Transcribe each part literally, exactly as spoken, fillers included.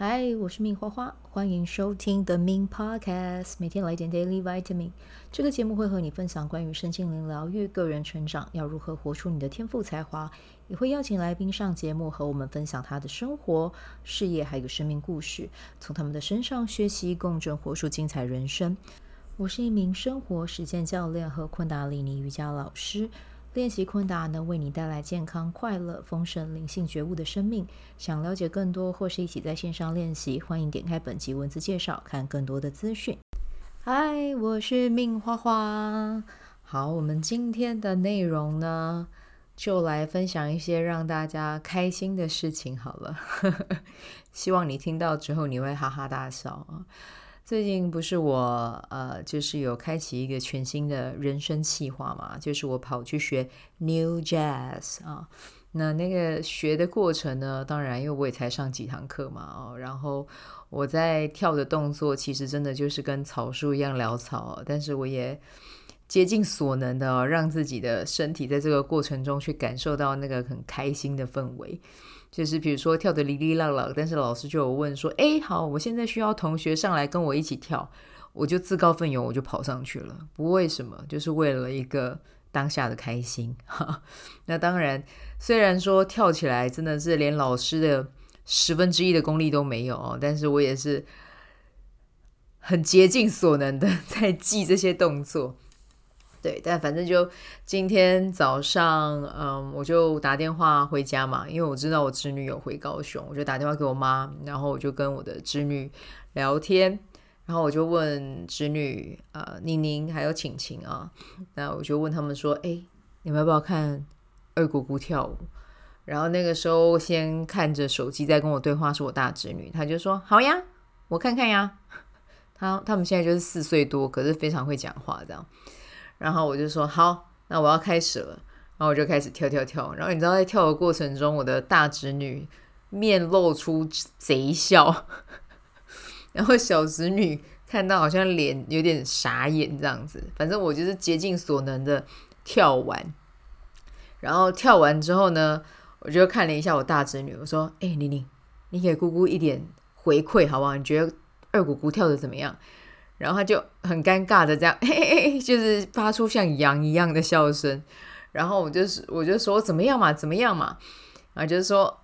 嗨，我是命花花，欢迎收听 The Min Podcast，每天来点 Daily Vitamin。这个节目会和你分享关于身心灵疗愈、个人成长，要如何活出你的天赋才华，也会邀请来宾上节目和我们分享他的生活、事业还有生命故事，从他们的身上学习，共振活出精彩人生。我是一名生活实践教练和昆达里尼瑜伽老师。练习昆达能为你带来健康、快乐、丰盛、灵性觉悟的生命。想了解更多或是一起在线上练习，欢迎点开本集文字介绍，看更多的资讯。嗨，我是命花花。好，我们今天的内容呢，就来分享一些让大家开心的事情好了。希望你听到之后你会哈哈大笑啊。最近不是我呃，就是有开启一个全新的人生计划嘛，就是我跑去学 New Jazz 啊。那那个学的过程呢，当然因为我也才上几堂课嘛，哦，然后我在跳的动作其实真的就是跟草树一样潦草，但是我也竭尽所能的，哦，让自己的身体在这个过程中去感受到那个很开心的氛围。就是比如说跳得哩哩啦啦，但是老师就有问说，哎，好，我现在需要同学上来跟我一起跳，我就自告奋勇，我就跑上去了。不为什么，就是为了一个当下的开心。那当然，虽然说跳起来真的是连老师的十分之一的功力都没有哦，但是我也是很竭尽所能的在记这些动作。对，但反正就今天早上，嗯，我就打电话回家嘛，因为我知道我侄女有回高雄，我就打电话给我妈，然后我就跟我的侄女聊天，然后我就问侄女，呃，宁宁还有晴晴啊，那我就问他们说，哎，你们要不要看二姑姑跳舞？然后那个时候先看着手机在跟我对话是我大侄女，她就说好呀，我看看呀。她他们现在就是四岁多，可是非常会讲话这样。然后我就说好，那我要开始了，然后我就开始跳跳跳，然后你知道在跳的过程中，我的大侄女面露出贼笑，然后小侄女看到好像脸有点傻眼这样子，反正我就是竭尽所能的跳完，然后跳完之后呢，我就看了一下我大侄女，我说哎，妮妮，你给姑姑一点回馈好不好？你觉得二姑姑跳的怎么样？然后他就很尴尬的这样，嘿嘿嘿，就是发出像羊一样的笑声。然后我就我就说怎么样嘛，怎么样嘛？然后就是说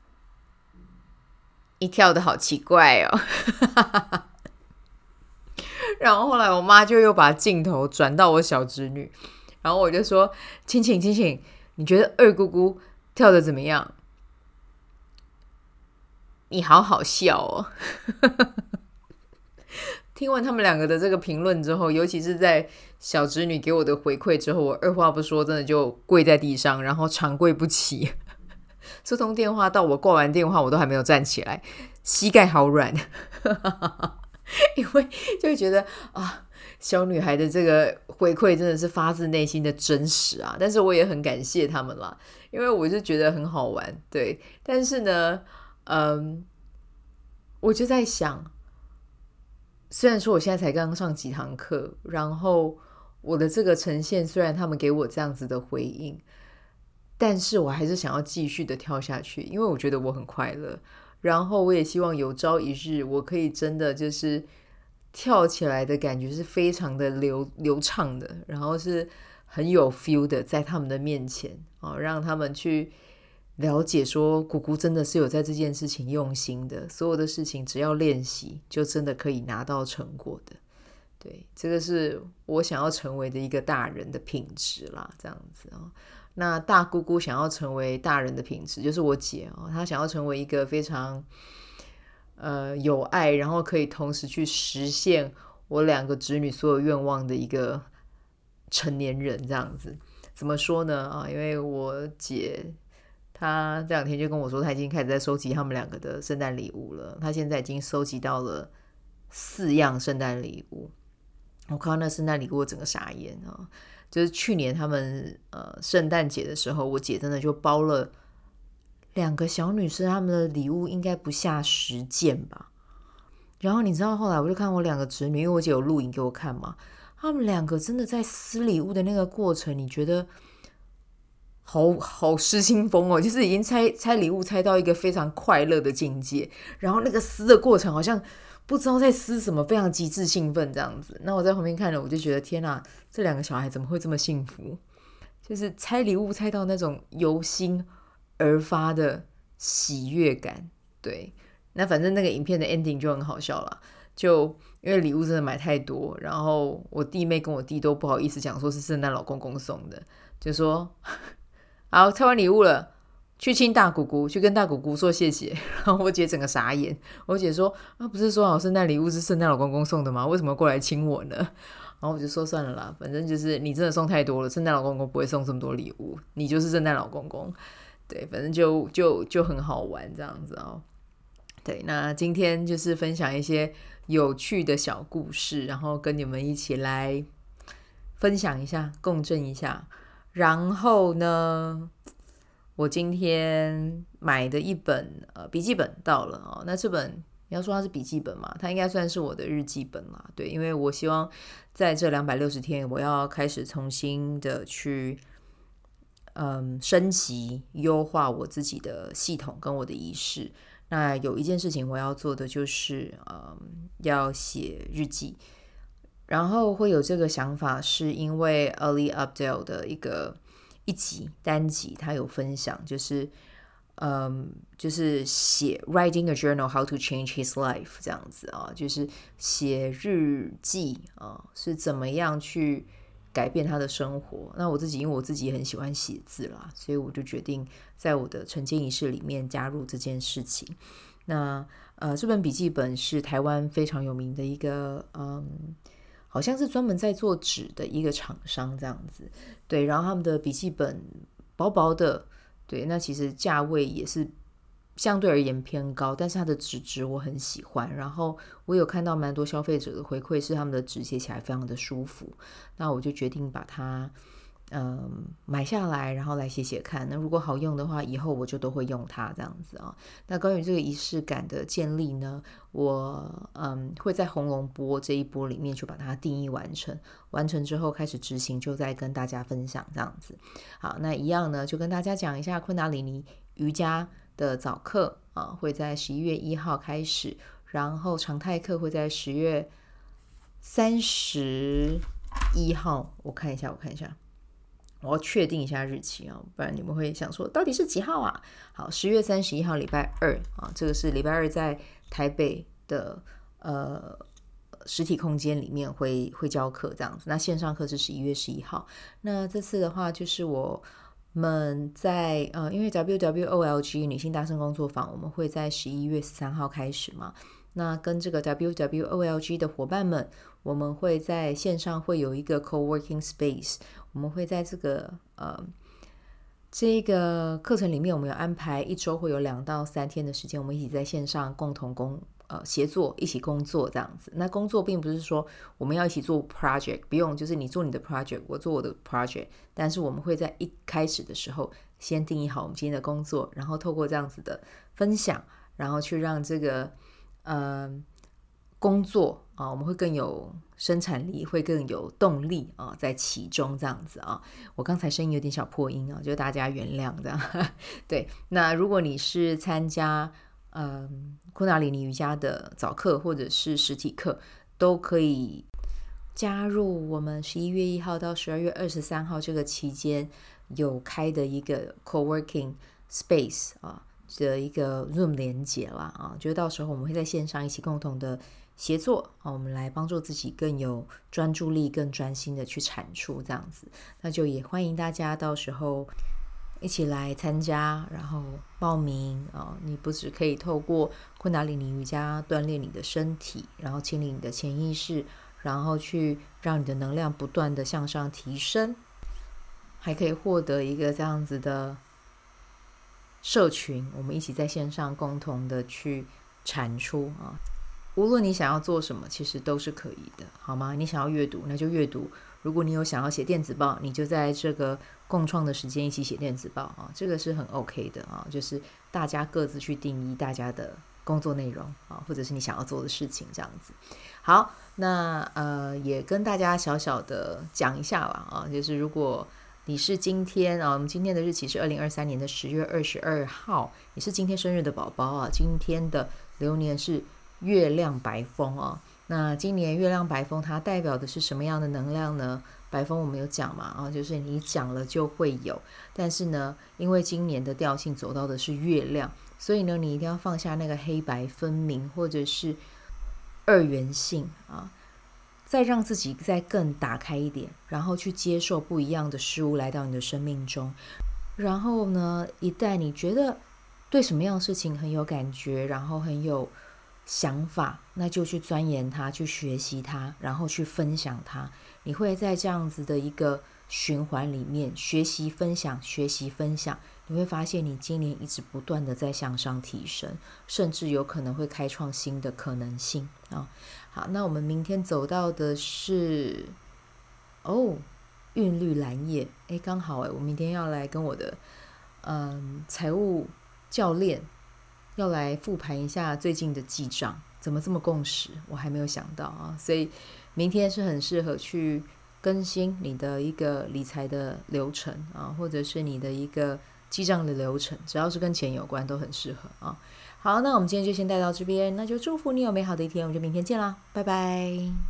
你跳的好奇怪哦。然后后来我妈就又把镜头转到我小侄女，然后我就说亲亲亲亲，你觉得二姑姑跳的怎么样？你好好笑哦。听完他们两个的这个评论之后，尤其是在小侄女给我的回馈之后，我二话不说真的就跪在地上，然后长跪不起。这通电话到我挂完电话我都还没有站起来，膝盖好软。因为就会觉得啊，小女孩的这个回馈真的是发自内心的真实啊，但是我也很感谢他们啦，因为我就觉得很好玩。对，但是呢嗯，我就在想，虽然说我现在才刚上几堂课，然后我的这个呈现虽然他们给我这样子的回应，但是我还是想要继续的跳下去，因为我觉得我很快乐，然后我也希望有朝一日我可以真的就是跳起来的感觉是非常的流流畅的，然后是很有 feel 的在他们的面前，哦，让他们去了解说姑姑真的是有在这件事情用心的，所有的事情只要练习就真的可以拿到成果的。对，这个是我想要成为的一个大人的品质啦，这样子哦。那大姑姑想要成为大人的品质，就是我姐哦，她想要成为一个非常呃有爱，然后可以同时去实现我两个侄女所有愿望的一个成年人，这样子。怎么说呢？啊，因为我姐她这两天就跟我说，她已经开始在收集他们两个的圣诞礼物了。她现在已经收集到了四样圣诞礼物。我看到那圣诞礼物，我整个傻眼啊！就是去年他们呃圣诞节的时候，我姐真的就包了两个小女生，他们的礼物应该不下十件吧。然后你知道后来我就看我两个侄女，因为我姐有录影给我看嘛，他们两个真的在撕礼物的那个过程，你觉得好好失心疯哦，就是已经拆拆礼物拆到一个非常快乐的境界，然后那个撕的过程好像不知道在撕什么，非常极致兴奋这样子。那我在旁边看了，我就觉得天哪，这两个小孩怎么会这么幸福？就是拆礼物拆到那种由心而发的喜悦感。对，那反正那个影片的 ending 就很好笑啦，就因为礼物真的买太多，然后我弟妹跟我弟都不好意思讲说是圣诞老公公送的，就说好拆完礼物了，去亲大姑姑，去跟大姑姑说谢谢。然后我姐整个傻眼，我姐说啊，不是说好圣诞礼物是圣诞老公公送的吗？为什么过来亲我呢？然后我就说算了啦，反正就是你真的送太多了，圣诞老公公不会送这么多礼物，你就是圣诞老公公。对，反正就就就很好玩这样子哦。对，那今天就是分享一些有趣的小故事，然后跟你们一起来分享一下，共振一下。然后呢，我今天买的一本呃笔记本到了哦，那这本你要说它是笔记本嘛，它应该算是我的日记本啦。对，因为我希望在这两百六十天，我要开始重新的去嗯升级优化我自己的系统跟我的仪式。那有一件事情我要做的就是嗯要写日记。然后会有这个想法，是因为 Ali Abdaal 的一个一集单集，他有分享，就是嗯，就是写 writing a journal how to change his life 这样子啊，就是写日记啊，是怎么样去改变他的生活。那我自己因为我自己很喜欢写字啦，所以我就决定在我的晨间仪式里面加入这件事情。那呃，这本笔记本是台湾非常有名的一个嗯。好像是专门在做纸的一个厂商这样子，对，然后他们的笔记本薄薄的，对，那其实价位也是相对而言偏高，但是它的纸质我很喜欢，然后我有看到蛮多消费者的回馈是他们的纸写起来非常的舒服，那我就决定把它嗯，买下来，然后来写写看。那如果好用的话，以后我就都会用它这样子啊。那关于这个仪式感的建立呢，我嗯会在红龙波这一波里面去把它定义完成，完成之后开始执行，就再跟大家分享这样子。好，那一样呢，就跟大家讲一下昆达里尼瑜伽的早课啊，会在十一月一号开始，然后常态课会在十月三十一号。我看一下，我看一下。我要确定一下日期啊，不然你们会想说到底是几号啊？好，十月三十一号礼拜二啊，这个是礼拜二在台北的呃实体空间里面会会教课这样子。那线上课是十一月十一号。那这次的话就是我们在呃，因为 W W O L G 女性大声工作坊，我们会在十一月十三号开始嘛。那跟这个 W W O L G 的伙伴们，我们会在线上会有一个 co-working space， 我们会在这个呃这个课程里面，我们有安排一周会有两到三天的时间，我们一起在线上共同工呃协作，一起工作这样子。那工作并不是说我们要一起做 project， 不用，就是你做你的 project， 我做我的 project， 但是我们会在一开始的时候先定义好我们今天的工作，然后透过这样子的分享，然后去让这个呃，工作啊，我们会更有生产力，会更有动力啊，在其中这样子啊。我刚才声音有点小破音啊，就大家原谅这样。对，那如果你是参加呃昆达里尼瑜伽的早课或者是实体课，都可以加入我们十一月一号到十二月二十三号这个期间有开的一个 co-working space 啊。的一个 Zoom 连结啦啊，就是到时候我们会在线上一起共同的协作啊，我们来帮助自己更有专注力、更专心的去产出这样子。那就也欢迎大家到时候一起来参加，然后报名啊。你不只可以透过昆达里尼瑜伽锻炼你的身体，然后清理你的潜意识，然后去让你的能量不断的向上提升，还可以获得一个这样子的社群，我们一起在线上共同的去产出啊。无论你想要做什么，其实都是可以的，好吗？你想要阅读，那就阅读；如果你有想要写电子报，你就在这个共创的时间一起写电子报啊，这个是很 OK 的啊。就是大家各自去定义大家的工作内容啊，或者是你想要做的事情，这样子。好，那呃也跟大家小小的讲一下啦啊，就是如果你是今天啊，我们今天的日期是二零二三年的十月二十二号，你是今天生日的宝宝啊。今天的流年是月亮白风啊。那今年月亮白风它代表的是什么样的能量呢？白风我们有讲嘛啊，就是你讲了就会有，但是呢，因为今年的调性走到的是月亮，所以呢，你一定要放下那个黑白分明或者是二元性啊，再让自己再更打开一点，然后去接受不一样的事物来到你的生命中。然后呢，一旦你觉得对什么样的事情很有感觉，然后很有想法，那就去钻研它，去学习它，然后去分享它。你会在这样子的一个循环里面学习分享，学习分享，你会发现你今年一直不断的在向上提升，甚至有可能会开创新的可能性啊。好，那我们明天走到的是哦，韵律蓝叶，诶，刚好诶，我明天要来跟我的嗯财务教练要来复盘一下最近的记账，怎么这么共识？我还没有想到啊，所以明天是很适合去更新你的一个理财的流程啊，或者是你的一个记账的流程，只要是跟钱有关都很适合啊。好，那我们今天就先带到这边，那就祝福你有美好的一天，我们就明天见啦，拜拜。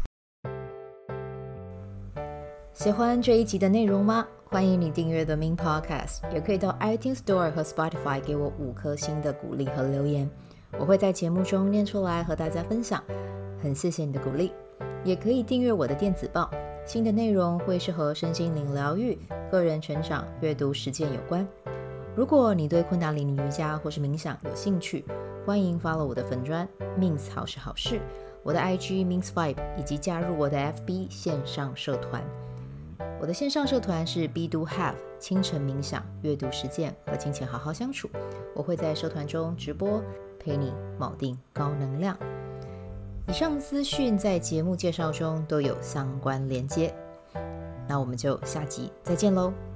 喜欢这一集的内容吗？欢迎你订阅 The Min Podcast， 也可以到 iTunes Store 和 Spotify 给我五颗星的鼓励和留言，我会在节目中念出来和大家分享，很谢谢你的鼓励。也可以订阅我的电子报，新的内容会是和身心灵疗愈、个人成长、阅读实践有关。如果你对昆达里尼瑜伽或是冥想有兴趣，欢迎 follow 我的粉专 Mins 好是好事，我的 I G Mins Vibe， 以及加入我的 F B 线上社团。我的线上社团是 Be Do Have 清晨冥想、阅读实践和金钱好好相处，我会在社团中直播，陪你锚定高能量。以上资讯在节目介绍中都有相关连接，那我们就下集再见喽。